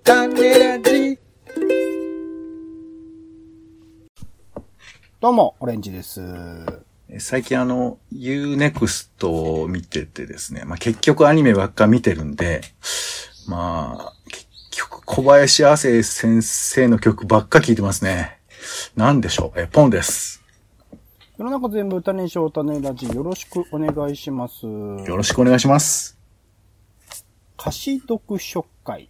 種ラジ。 どうも、オレンジです。 最近Unext を見ててですね、結局アニメばっか見てるんで、結局小林亜生先生の曲ばっか聴いてますね。なんでしょう、ポンです。 世の中全部歌にしよう、種ラジ、よろしくお願いします。よろしくお願いします。 歌詞読書会。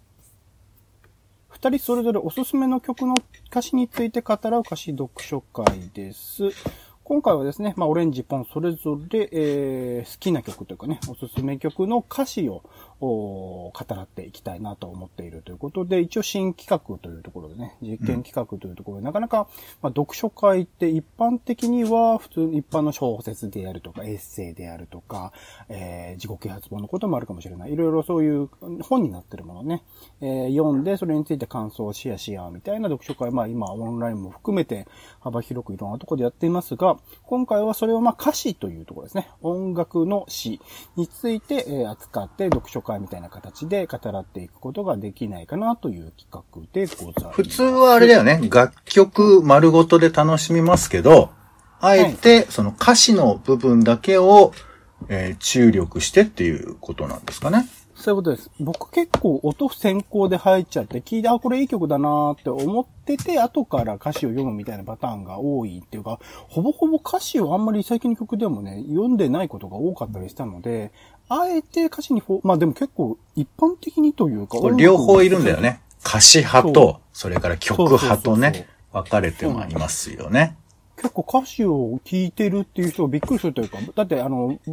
二人それぞれおすすめの曲の歌詞について語らう歌詞読書会です。今回はですね、オレンジポンそれぞれ、好きな曲というかね、おすすめ曲の歌詞を語らっていきたいなと思っているということで、一応新企画というところでね、実験企画というところで、なかなか、読書会って一般的には普通に一般の小説であるとか、エッセイであるとか、自己啓発本のこともあるかもしれない。いろいろそういう本になってるものね、読んでそれについて感想をシェアし合うみたいな読書会、今オンラインも含めて幅広くいろんなところでやっていますが、今回はそれを歌詞というところですね。音楽の詩について扱って読書会みたいな形で語らっていくことができないかなという企画でございます。 普通はあれだよね。楽曲丸ごとで楽しみますけど、あえてその歌詞の部分だけを、注力してっていうことなんですかね。 そういうことです。僕結構音先行で入っちゃって聞いて、これいい曲だなーって思ってて、後から歌詞を読むみたいなパターンが多いっていうか、ほぼほぼ歌詞をあんまり最近の曲でもね、読んでないことが多かったりしたので、あえて歌詞にでも結構一般的にというか、 両方いるんだよね。歌詞派と、それから曲派とね、分かれてもありますよね。 結構歌詞を聴いてるっていう人がびっくりするというか、だって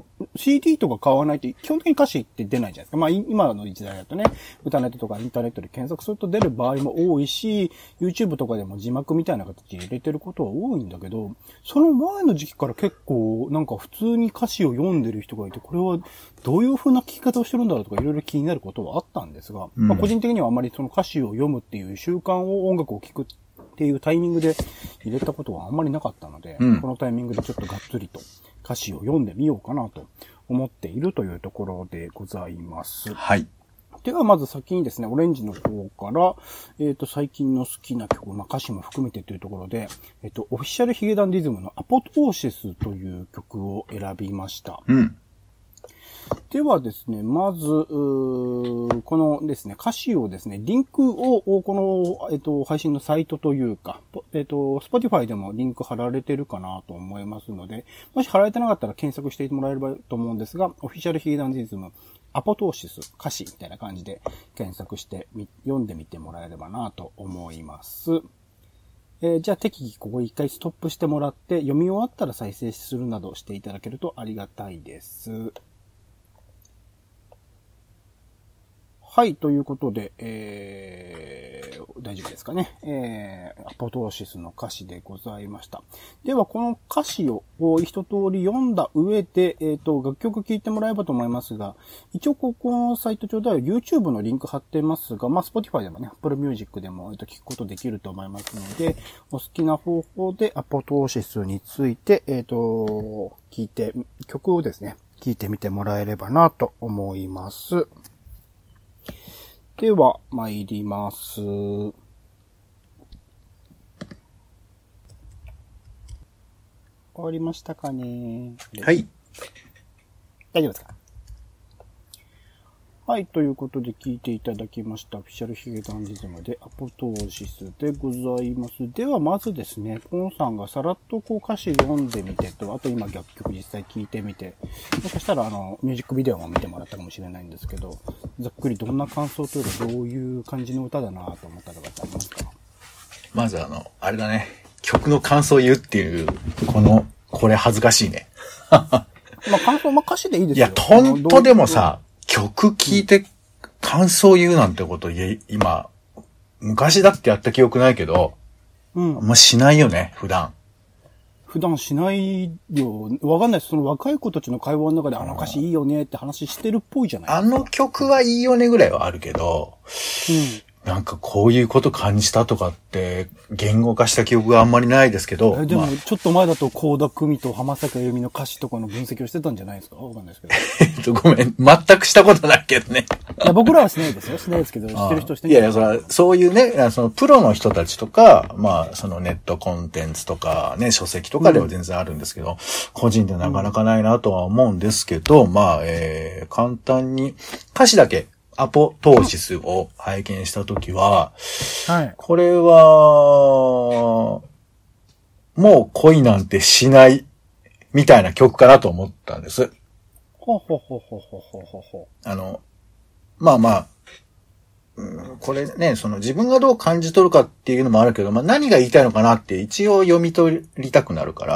CD とか買わないと基本的に歌詞って出ないじゃないですか。今の時代だとね、歌ネットとかインターネットで検索すると出る場合も多いし、YouTube とかでも字幕みたいな形で入れてることは多いんだけど、その前の時期から結構なんか普通に歌詞を読んでる人がいて、これはどういう風な聞き方をしてるんだろうとかいろいろ気になることはあったんですが、個人的にはあまりその歌詞を読むっていう習慣を音楽を聴くっていうタイミングで入れたことはあんまりなかったので、このタイミングでちょっとがっつりと歌詞を読んでみようかなと思っているというところでございます。 はい。 ではまず先にですね、オレンジの方から、最近の好きな曲、歌詞も含めてというところで、オフィシャルヒゲダンディズムのアポトーシスという曲を選びました。ではですね、まず、このですね、歌詞をですね、リンクを、この、配信のサイトというか、Spotify でもリンク貼られてるかなと思いますので、もし貼られてなかったら検索してもらえればと思うんですが、オフィシャルヒゲダンディズム、アポトーシス、歌詞みたいな感じで検索して読んでみてもらえればなと思います。じゃあ適宜ここ一回ストップしてもらって、読み終わったら再生するなどしていただけるとありがたいです。はい、ということで、大丈夫ですかね。アポトーシスの歌詞でございました。では、この歌詞を一通り読んだ上で、楽曲聴いてもらえばと思いますが、一応ここのサイト上では YouTube のリンク貼ってますが、Spotify でもね、Apple Music でも聴くことできると思いますので、お好きな方法でアポトーシスについて、曲をですね、聴いてみてもらえればなと思います。では、参ります。終わりましたかね。 はい。 大丈夫ですか？はい、ということで聞いていただきました。オフィシャルヒゲダンディズムでアポトーシスでございます。では、まずですね、ポンさんがさらっと歌詞読んでみてと、あと今楽曲実際聞いてみて、もしかしたらミュージックビデオも見てもらったかもしれないんですけど、ざっくりどんな感想というか、どういう感じの歌だなと思ったのがありますか？ まずあれだね、曲の感想を言うっていう、これ恥ずかしいね。 感想、歌詞でいいですよ。 いや、本当でもさ、曲聴いて感想言うなんてこと今、昔だってやった記憶ないけど、あんましないよね、普段しないよ。わかんないです。その若い子たちの会話の中で歌詞いいよねって話してるっぽいじゃないですか。 あの曲はいいよねぐらいはあるけど、 なんかこういうこと感じたとかって言語化した記憶があんまりないですけど。 でも、ちょっと前だと倖田來未と浜崎あゆみの歌詞とかの分析をしてたんじゃないですか？わかんないですけど。 ごめん。全くしたことないけどね。 いや、僕らはしないですよ。しないですけど、知ってる人してる。 いやいや、そういうね、そのプロの人たちとか、まあ、そのネットコンテンツとかね、書籍とかでは全然あるんですけど、個人でなかなかないなとは思うんですけど、まあ、簡単に歌詞だけアポトーシスを拝見したときは、 はい。 これは、もう恋なんてしないみたいな曲かなと思ったんです。 ほうほうほうほうほうほうほう。 まあまあ、これね、その自分がどう感じ取るかっていうのもあるけど、まあ何が言いたいのかなって一応読み取りたくなるから、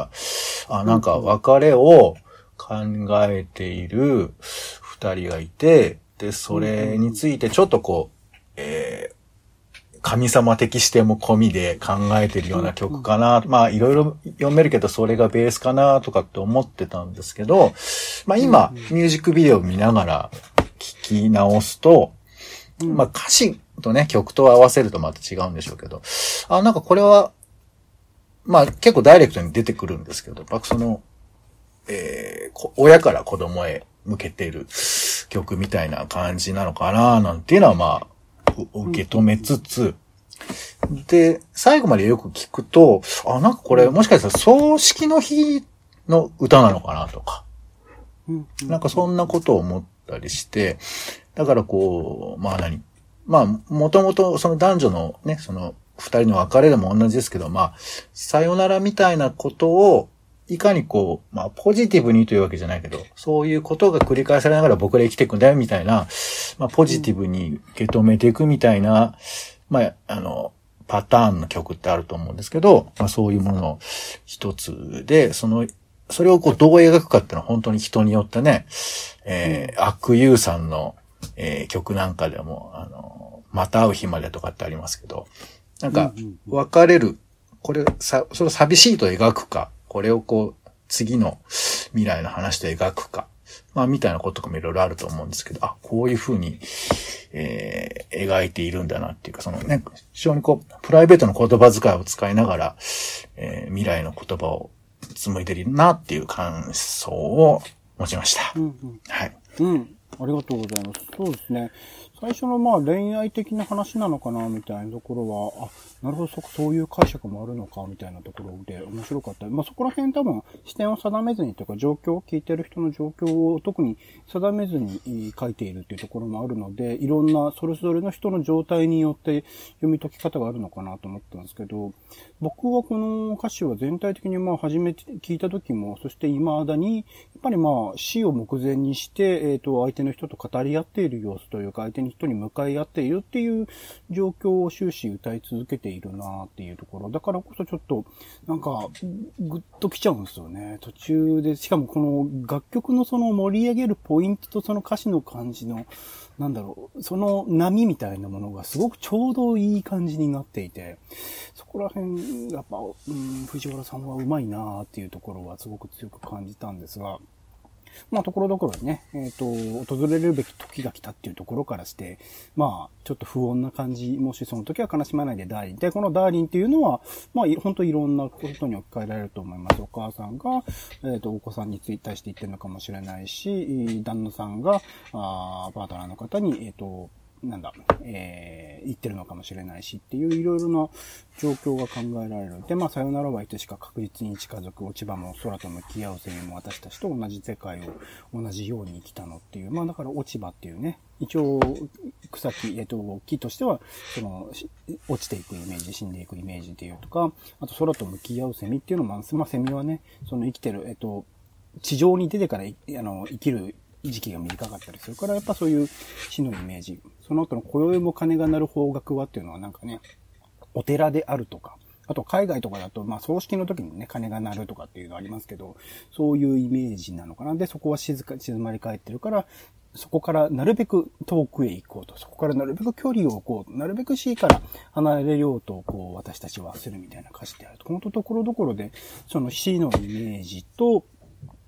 なんか別れを考えている二人がいて、で、それについてちょっとこう、神様的視点も込みで考えてるような曲かな。まあいろいろ読めるけどそれがベースかなとかって思ってたんですけど、まあ今ミュージックビデオを見ながら聞き直すと、まあ歌詞とね曲と合わせるとまた違うんでしょうけど、なんかこれは、まあ結構ダイレクトに出てくるんですけど、その、親から子供へ向けてる曲みたいな感じなのかななんていうのはまあ、受け止めつつ、で、最後までよく聞くと、なんかこれもしかしたら葬式の日の歌なのかなとか、なんかそんなことを思ったりして、だからこう、まあもともとその男女のね、その二人の別れでも同じですけど、まあ、さよならみたいなことを、いかにこう、まあ、ポジティブにというわけじゃないけど、そういうことが繰り返されながら僕ら生きていくんだよ、みたいな、まあ、ポジティブに受け止めていくみたいな、まあ、パターンの曲ってあると思うんですけど、まあ、そういうものの一つで、それをこう、どう描くかっていうのは本当に人によってね、阿久悠さんの、曲なんかでも、また会う日までとかってありますけど、なんか、別れる、それを寂しいと描くか、これをこう、次の未来の話で描くか。まあ、みたいなこととかもいろいろあると思うんですけど、こういう風に、描いているんだなっていうか、そのね、非常にこう、プライベートの言葉遣いを使いながら、未来の言葉を紡いでるなっていう感想を持ちました。はい。 ありがとうございます。そうですね。最初のまあ恋愛的な話なのかなみたいなところは、なるほど、そういう解釈もあるのかみたいなところで面白かった。まあそこら辺多分視点を定めずにというか状況を聞いてる人の状況を特に定めずに書いているっていうところもあるので、いろんなそれぞれの人の状態によって読み解き方があるのかなと思ったんですけど、僕はこの歌詞は全体的にまあ初めて聞いた時も、そして未だにやっぱりまあ死を目前にして、相手の人と語り合っている様子というか、相手の人に向かい合っているっていう状況を終始歌い続けているなっていうところ。だからこそちょっと、なんか、ぐっと来ちゃうんですよね。途中で、しかもこの楽曲のその盛り上げるポイントとその歌詞の感じの、なんだろう、その波みたいなものがすごくちょうどいい感じになっていて、そこら辺、やっぱ、藤原さんはうまいなっていうところはすごく強く感じたんですが、まあ、ところどころにね、訪れるべき時が来たっていうところからして、まあ、ちょっと不穏な感じ、もしその時は悲しまないでダーリン。で、このダーリンっていうのは、まあ、本当いろんなことに置き換えられると思います。お母さんが、お子さんに対して言ってるのかもしれないし、旦那さんが、パートナーの方に、言ってるのかもしれないしっていういろいろな状況が考えられる。で、まあ、さよならはいつしか確実に近づく落ち葉も空と向き合うセミも私たちと同じ世界を同じように生きたのっていう。まあ、だから落ち葉っていうね、一応、草木、木としては、落ちていくイメージ、死んでいくイメージっていうとか、あと空と向き合うセミっていうのも、まあ、セミはね、生きてる、地上に出てから、生きる時期が短かったりするから、やっぱそういう死のイメージ。その後の今宵も鐘が鳴る方角はっていうのはなんかね、お寺であるとか、あと海外とかだと、まあ葬式の時にね、鐘が鳴るとかっていうのありますけど、そういうイメージなのかな。で、そこは静まり返ってるから、そこからなるべく遠くへ行こうと、そこからなるべく距離を置こう、なるべく死から離れようと、こう、私たちはするみたいな歌詞であると。本当ところどころで、その死のイメージと、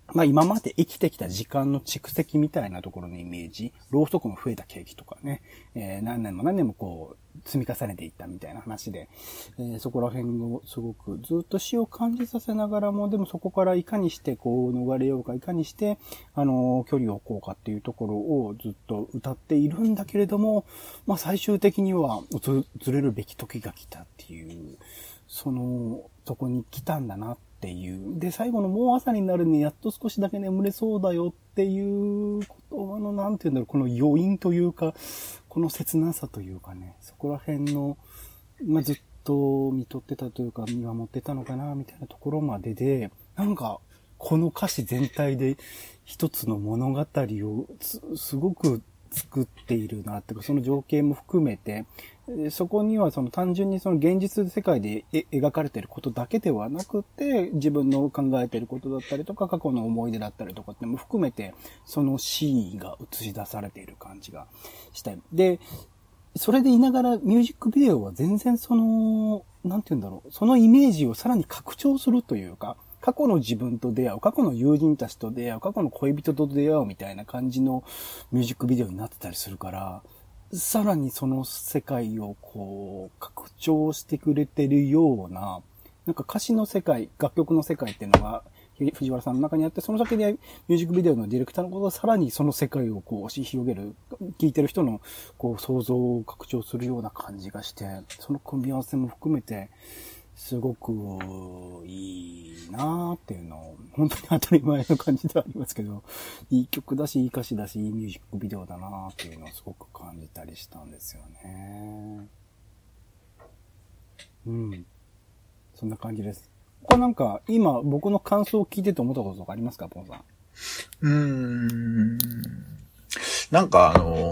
まあ今まで生きてきた時間の蓄積みたいなところのイメージ、ろうそくも増えたケーキとかね、何年も何年もこう積み重ねていったみたいな話で、そこら辺をすごくずっと死を感じさせながらも、でもそこからいかにしてこう逃れようか、いかにして距離を置こうかっていうところをずっと歌っているんだけれども、まあ最終的にはずれるべき時が来たっていう、そこに来たんだなっていう。で、最後のもう朝になるにやっと少しだけ眠れそうだよっていう言葉のなんていうんだろう、この余韻というか、この切なさというかね、そこら辺の、まあ、ずっと見とってたというか、見守ってたのかな、みたいなところまでで、なんか、この歌詞全体で一つの物語をすごく作っているなっていうか、その情景も含めて、そこにはその単純にその現実世界で描かれていることだけではなくて、自分の考えていることだったりとか、過去の思い出だったりとかっても含めて、そのシーンが映し出されている感じがした。で、それでいながらミュージックビデオは全然なんて言うんだろう、そのイメージをさらに拡張するというか、過去の自分と出会う、過去の友人たちと出会う、過去の恋人と出会うみたいな感じのミュージックビデオになってたりするから、さらにその世界をこう、拡張してくれてるような、なんか歌詞の世界、楽曲の世界っていうのが、藤原さんの中にあって、その先でミュージックビデオのディレクターのことがさらにその世界をこう押し広げる、聴いてる人のこう想像を拡張するような感じがして、その組み合わせも含めて、すごくいいなーっていうのを、本当に当たり前の感じではありますけど、いい曲だし、いい歌詞だし、いいミュージックビデオだなーっていうのをすごく感じたりしたんですよね。うん。そんな感じです。これなんか、今僕の感想を聞いてて思ったこととかありますか、ポンさん。 なんか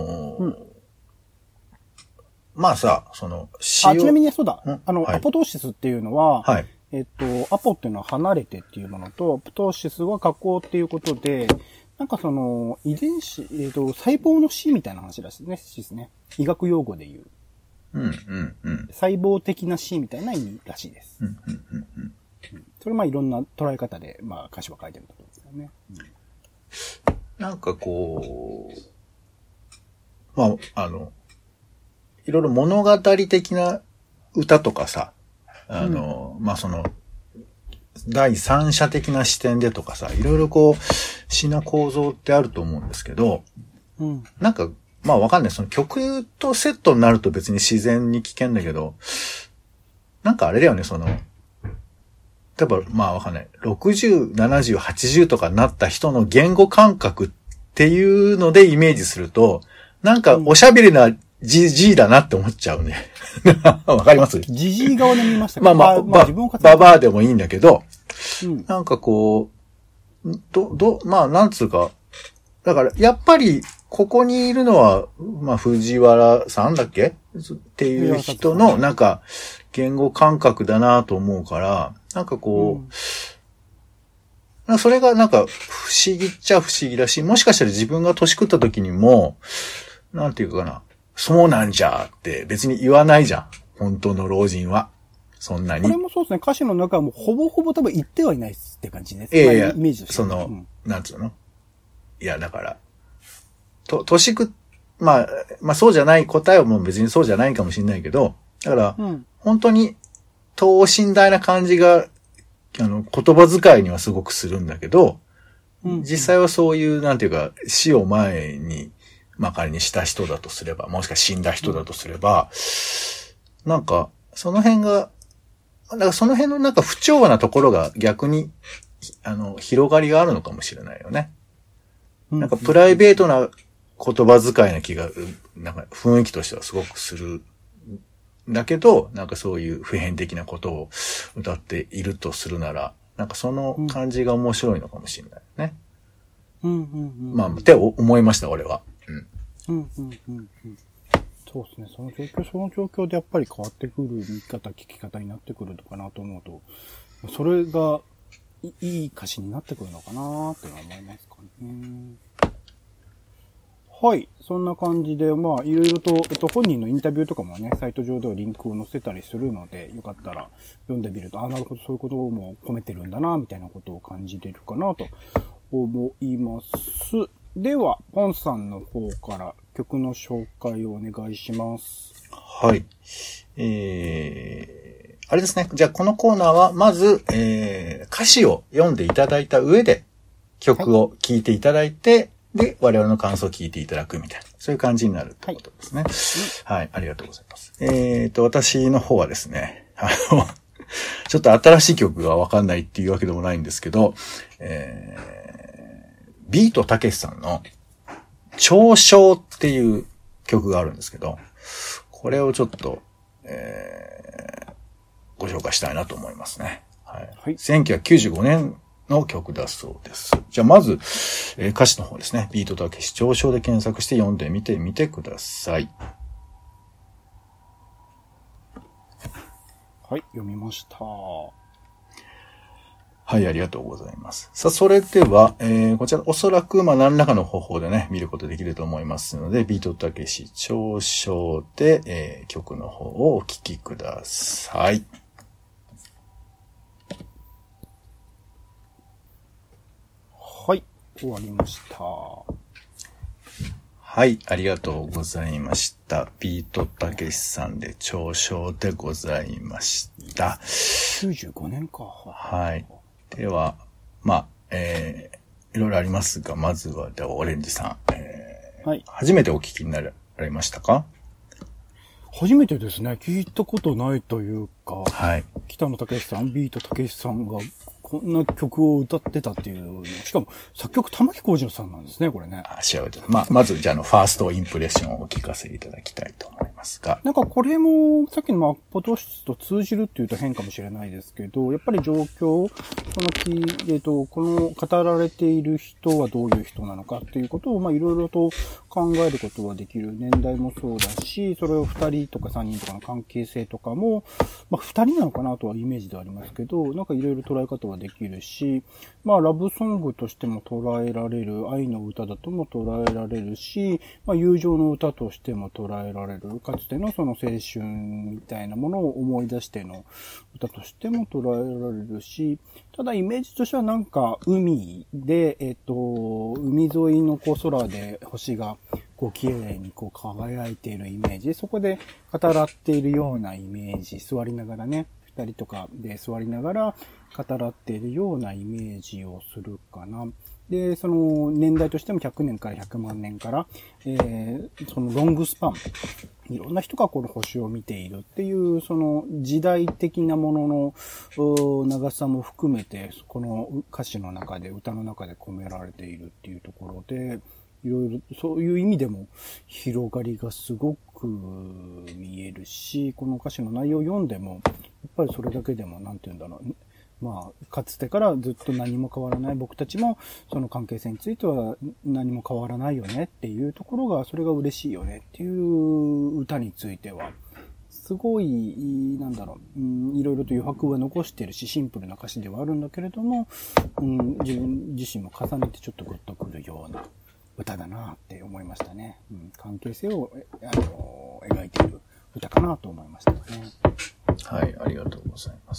まあさ、 ちなみにそうだ、はい、アポトーシスっていうのは、 はい、 アポっていうのは離れてっていうものと、プトーシスは加工っていうことで、なんか遺伝子、細胞の死みたいな話らしいですね。医学用語で言う。細胞的な死みたいな意味らしいです。それいろんな捉え方で、歌詞は書いてると思うんですよね。 なんかこう、いろいろ物語的な歌とかさ、第三者的な視点でとかさ、いろいろこう、詩な構造ってあると思うんですけど、なんか、わかんない。その曲とセットになると別に自然に聞けんだけど、なんかあれだよね、例えば、わかんない。60、70、80とかなった人の言語感覚っていうのでイメージすると、なんかおしゃべりなじじいだなって思っちゃうね。わかります？ じじい側で見ましたけど。ババアでもいいんだけど、なんかこう、なんつうか、だから、やっぱり、ここにいるのは、藤原さんだっけっていう人の、なんか、言語感覚だなと思うから、なんかこう、それがなんか、不思議っちゃ不思議だし、もしかしたら自分が年食った時にも、なんていうかな、そうなんじゃって別に言わないじゃん。本当の老人は。そんなに。 これもそうですね。歌詞の中はもうほぼほぼ多分言ってはいないって感じです。 いやいや、 イメージとしてなんつうの？いや、だから、年そうじゃない答えはもう別にそうじゃないかもしれないけど、だから、本当に等身大な感じが、言葉遣いにはすごくするんだけど、実際はそういう、なんていうか、死を前に、仮にした人だとすれば、もしくは死んだ人だとすれば、なんか、その辺が、その辺のなんか不調和なところが逆に、広がりがあるのかもしれないよね。なんかプライベートな言葉遣いな気が、なんか雰囲気としてはすごくする。だけど、なんかそういう普遍的なことを歌っているとするなら、なんかその感じが面白いのかもしれないね。って思いました、俺は。 そうですね。その状況でやっぱり変わってくる見方、聞き方になってくるのかなと思うと、それがいい歌詞になってくるのかなって思いますかね。はい。そんな感じで、いろいろと、本人のインタビューとかもね、サイト上ではリンクを載せたりするので、よかったら読んでみると、なるほど、そういうことも込めてるんだな、みたいなことを感じれるかなと思います。では、ポンさんの方から曲の紹介をお願いします。 はい。あれですね。じゃあこのコーナーは、まず、歌詞を読んでいただいた上で、曲を聴いていただいて、で、我々の感想を聞いていただくみたいな、そういう感じになるってことですね。はい、ありがとうございます。私の方はですね、ちょっと新しい曲がわかんないっていうわけでもないんですけど、ビートたけしさんの、長唱っていう曲があるんですけど、これをちょっと、ご紹介したいなと思いますね。はい。はい、1995年の曲だそうです。じゃあまず、歌詞の方ですね。ビートたけし長唱で検索して読んでみてみてください。 はい、読みました。 はい、ありがとうございます。さあ、それでは、こちらおそらく、何らかの方法でね、見ることできると思いますので、ビートたけし長唱で、曲の方をお聴きください。 はい、終わりました。 はい、ありがとうございました。ビートたけしさんで長唱でございました。 95年か。 はい。では、いろいろありますが、まずは、では、オレンジさん、はい。初めてお聞きになられましたか？ 初めてですね。聞いたことないというか、 はい。 北野武さん、ビートたけしさんが、こんな曲を歌ってたっていう、しかも作曲玉置浩二さんなんですね、これね。 調べて。まずじゃあファーストインプレッションをお聞かせいただきたいと思いますが。 なんかこれも、さっきのアッポトシスと通じるっていうと変かもしれないですけど、やっぱり状況、この語られている人はどういう人なのかっていうことを、いろいろと考えることができる。年代もそうだし、それを2人とか3人とかの関係性とかも、2人なのかなとはイメージではありますけど、なんかいろいろ捉え方はできるし、ラブソングとしても捉えられる、愛の歌だとも捉えられるし、友情の歌としても捉えられる、かつてのその青春みたいなものを思い出しての歌としても捉えられるし、ただイメージとしてはなんか海で、海沿いの空で星が綺麗に輝いているイメージ、そこで語らっているようなイメージ、座りながらね、二人とかで座りながら語らっているようなイメージをするかな。で、その年代としても100年から100万年から、そのロングスパン、いろんな人がこの星を見ているっていう、その時代的なものの長さも含めて、この歌詞の中で、歌の中で込められているっていうところで、いろいろそういう意味でも広がりがすごく見えるし、この歌詞の内容を読んでも、やっぱりそれだけでも、なんて言うんだろう。かつてからずっと何も変わらない僕たちも、その関係性については何も変わらないよねっていうところが、それが嬉しいよねっていう歌については、すごい、いろいろと余白は残してるし、シンプルな歌詞ではあるんだけれども、自分自身も重ねてちょっとグッとくるような歌だなって思いましたね。関係性を描いている歌かなと思いましたね。 はい、ありがとうございます。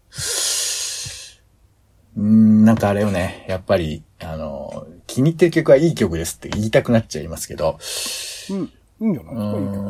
なんかあれよね、やっぱり、気に入ってる曲はいい曲ですって言いたくなっちゃいますけど。 いいんじゃないですか、いい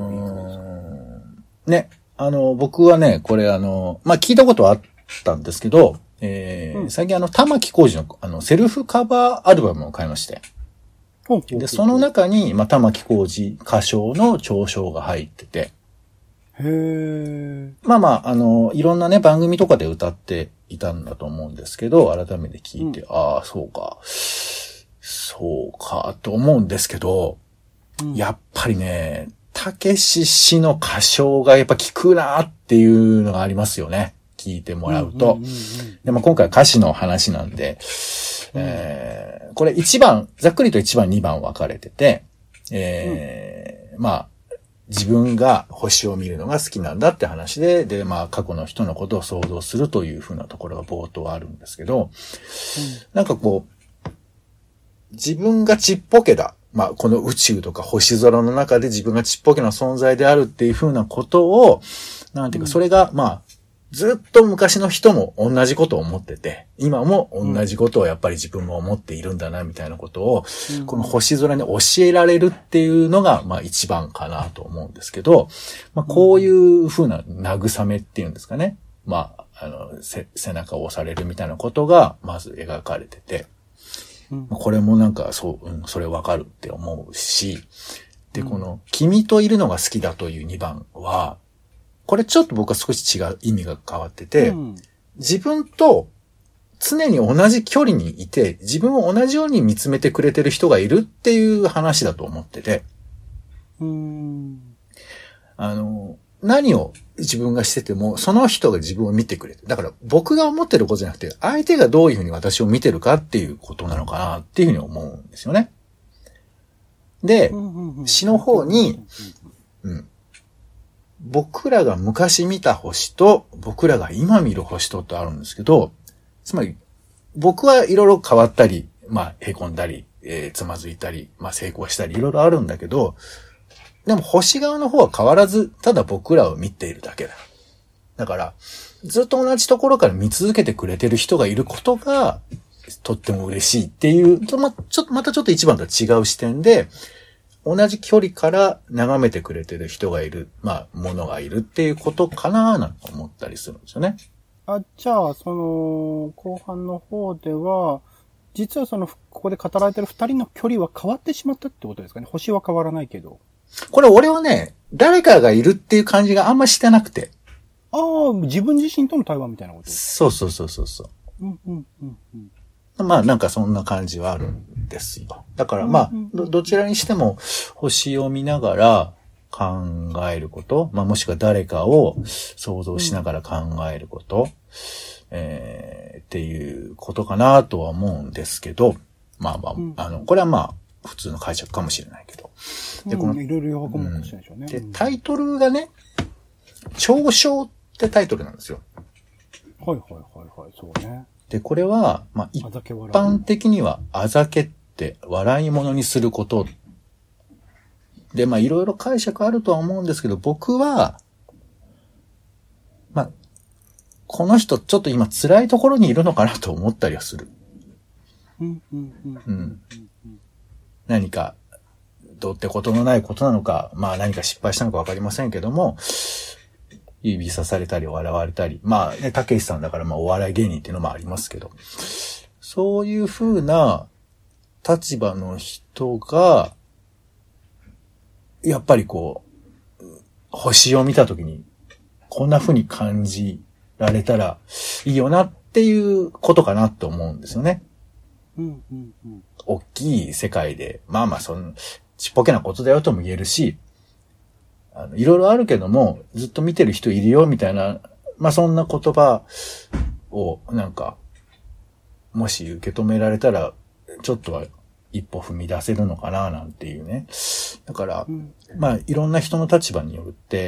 曲ね、僕はね、これ聞いたことはあったんですけど、最近玉置浩二のセルフカバーアルバムを買いまして。で、その中に、玉置浩二歌唱の長唱が入ってて。 へー。 いろんなね、番組とかで歌っていたんだと思うんですけど、改めて聞いて、そうか、と思うんですけど、やっぱりね、たけし氏の歌唱がやっぱ聞くなっていうのがありますよね。聞いてもらうと。で、今回歌詞の話なんで、これ1番、ざっくりと1番、2番分かれてて、自分が星を見るのが好きなんだって話で、過去の人のことを想像するという風なところが冒頭あるんですけど、なんか自分がちっぽけだ。この宇宙とか星空の中で自分がちっぽけな存在であるっていう風なことを、なんていうか、それが、 ずっと昔の人も同じことを思ってて、今も同じことをやっぱり自分も思っているんだな、みたいなことを、この星空に教えられるっていうのが、まあ一番かなと思うんですけど、まあこういう風な慰めっていうんですかね。まあ、背中を押されるみたいなことが、まず描かれてて、これもなんかそう、それわかるって思うし、で、この、君といるのが好きだという2番は、これちょっと僕は少し違う意味が変わってて、自分と常に同じ距離にいて、自分を同じように見つめてくれてる人がいるっていう話だと思ってて、何を自分がしてても、その人が自分を見てくれて。だから僕が思ってることじゃなくて、相手がどういうふうに私を見てるかっていうことなのかなっていうふうに思うんですよね。で、詩の方に、僕らが昔見た星と、僕らが今見る星とってあるんですけど、つまり、僕はいろいろ変わったり、まあ、凹んだり、つまずいたり、まあ、成功したり、いろいろあるんだけど、でも星側の方は変わらず、ただ僕らを見ているだけだ。だから、ずっと同じところから見続けてくれてる人がいることが、とっても嬉しいっていう、またちょっと一番とは違う視点で、同じ距離から眺めてくれてる人がいる、まあ、ものがいるっていうことかななんて思ったりするんですよね。 じゃあ、後半の方では、実はここで語られてる二人の距離は変わってしまったってことですかね。星は変わらないけど。 これ俺はね、誰かがいるっていう感じがあんましてなくて。 自分自身との対話みたいなことそう。まあなんかそんな感じはあるんですよ。だからまあ、どちらにしても星を見ながら考えること、まあもしくは誰かを想像しながら考えること、っていうことかなとは思うんですけど、まあ、これはまあ普通の解釈かもしれないけど。 で、このいろいろ弱くもしれないでしょうね。 で、タイトルがね、嘲笑ってタイトルなんですよ。 はい、そうね。 で、これは、まあ、一般的には、あざけって笑い物にすること。で、まあ、いろいろ解釈あるとは思うんですけど、僕は、まあ、この人ちょっと今辛いところにいるのかなと思ったりはする。何か、どうってことのないことなのか、まあ何か失敗したのかわかりませんけども、指さされたり笑われたり、まあね、たけしさんだからまあお笑い芸人っていうのもありますけど、そういう風な立場の人が、やっぱりこう、星を見たときに、こんな風に感じられたらいいよなっていうことかなと思うんですよね。大きい世界で、まあまあちっぽけなことだよとも言えるし、いろいろあるけども、ずっと見てる人いるよ、みたいな、まあそんな言葉を、なんか、もし受け止められたら、ちょっとは一歩踏み出せるのかな、なんていうね。だから、まあいろんな人の立場によって、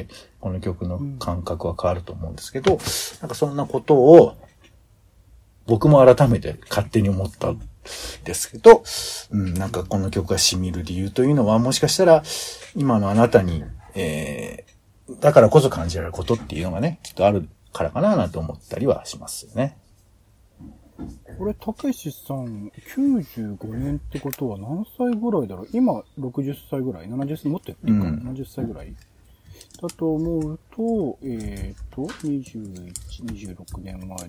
この曲の感覚は変わると思うんですけど、なんかそんなことを、僕も改めて勝手に思ったんですけど、なんかこの曲が染みる理由というのは、もしかしたら、今のあなたに、だからこそ感じられることっていうのがね、きっとあるからかななんて思ったりはしますよね。 これ、たけしさん、95年ってことは何歳ぐらいだろう？今、60歳ぐらい ?70 歳もっとやってるか、70歳ぐらいだと思うと、21、26年前だから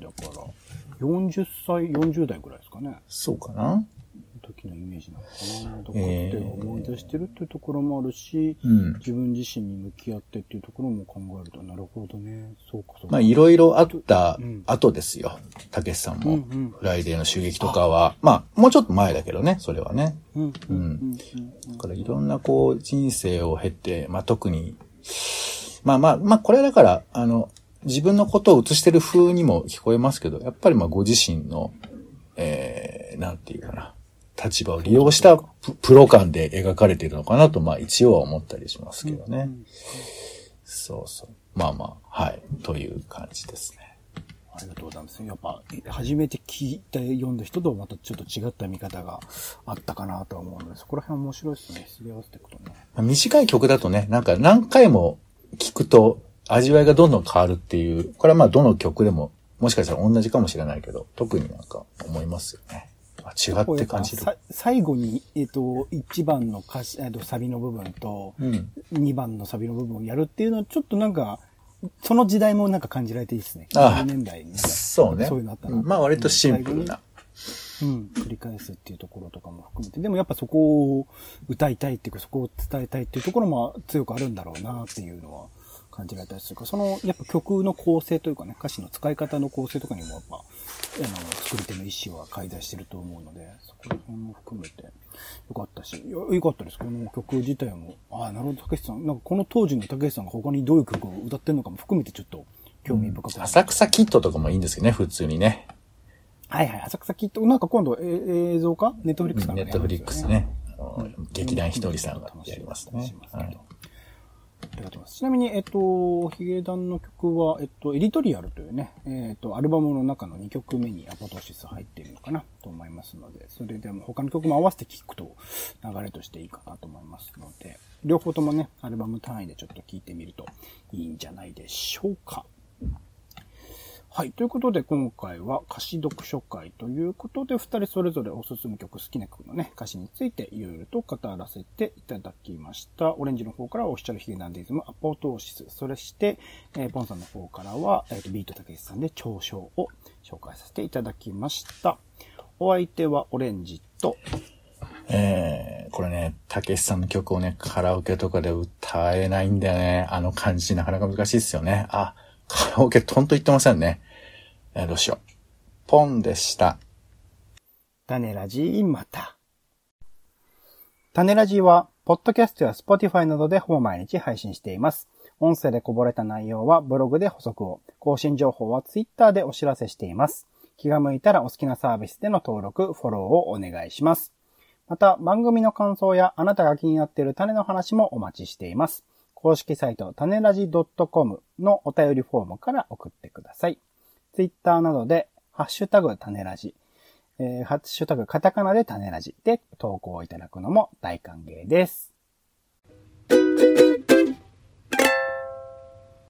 、40歳、40代ぐらいですかね。 そうかな？ 時のイメージなのかな。だからって思い出してるっていうところもあるし、自分自身に向き合ってっていうところも考えると、なるほどね。そうか。 まあいろいろあった後ですよ。たけしさんも、フライデーの襲撃とかは、まあもうちょっと前だけどね、それはね。だからいろんなこう人生を経て、まあ特に、まあこれはだから、自分のことを映してる風にも聞こえますけど、やっぱりまあご自身の、なんていうかな。立場を利用したプロ感で描かれているのかなと、まあ一応は思ったりしますけどね。そう。まあ、はい。という感じですね。 ありがとうございます。やっぱ、初めて聞いて読んだ人とまたちょっと違った見方があったかなとは思うので、そこら辺面白いですね。すり合わせていくとね。 短い曲だとね、なんか何回も聞くと味わいがどんどん変わるっていう、これはまあどの曲でも、もしかしたら同じかもしれないけど、特になんか思いますよね。違って感じる。 最後に、1番の歌詞、サビの部分と、2番のサビの部分をやるっていうのは、ちょっとなんか、その時代もなんか感じられていいですね。90年代に。 そうね。 そういうのあったら。 まあ割とシンプルな。 繰り返すっていうところとかも含めて、でもやっぱそこを歌いたいっていうか、そこを伝えたいっていうところも強くあるんだろうなっていうのは感じられたりするか、やっぱ曲の構成というかね、歌詞の使い方の構成とかにもやっぱ、作り手の意思は介在してると思うので、そこら辺も含めてよかったし、よかったです。この曲自体も、なるほど、竹内さん、なんかこの当時の竹内さんが他にどういう曲を歌ってるのかも含めてちょっと興味深く、 浅草キッドとかもいいんですけどね、普通にね。 はいはい、浅草キッド、なんか今度映像かネットフリックスなんかネットフリックスね。劇団ひとりさんがやりますね。 ありがとうございます。ちなみに、ヒゲダンの曲は、エディトリアルというね、アルバムの中の2曲目にアポトシス入っているのかなと思いますので、それでも他の曲も合わせて聴くと流れとしていいかなと思いますので、両方ともね、アルバム単位でちょっと聴いてみるといいんじゃないでしょうか。はい。ということで、今回は歌詞読書会ということで、二人それぞれおすすめ曲、好きな曲のね、歌詞についていろいろと語らせていただきました。オレンジの方からはオフィシャルヒゲダンディズムアポトーシス。そして、ポンさんの方からは、ビートたけしさんで長章を紹介させていただきました。お相手はオレンジと、 これね、たけしさんの曲をね、カラオケとかで歌えないんだよね。あの感じなかなか難しいですよね。カラオケとんと言ってませんね。どうしよう。ポンでした。 種ラジまた。種ラジは、ポッドキャストやスポティファイなどでほぼ毎日配信しています。音声でこぼれた内容はブログで補足を、更新情報はツイッターでお知らせしています。気が向いたらお好きなサービスでの登録、フォローをお願いします。また、番組の感想やあなたが気になっている種の話もお待ちしています。公式サイト、種ラジ .com のお便りフォームから送ってください。ツイッターなどで、ハッシュタグ種ラジ、ハッシュタグカタカナで種ラジで投稿いただくのも大歓迎です。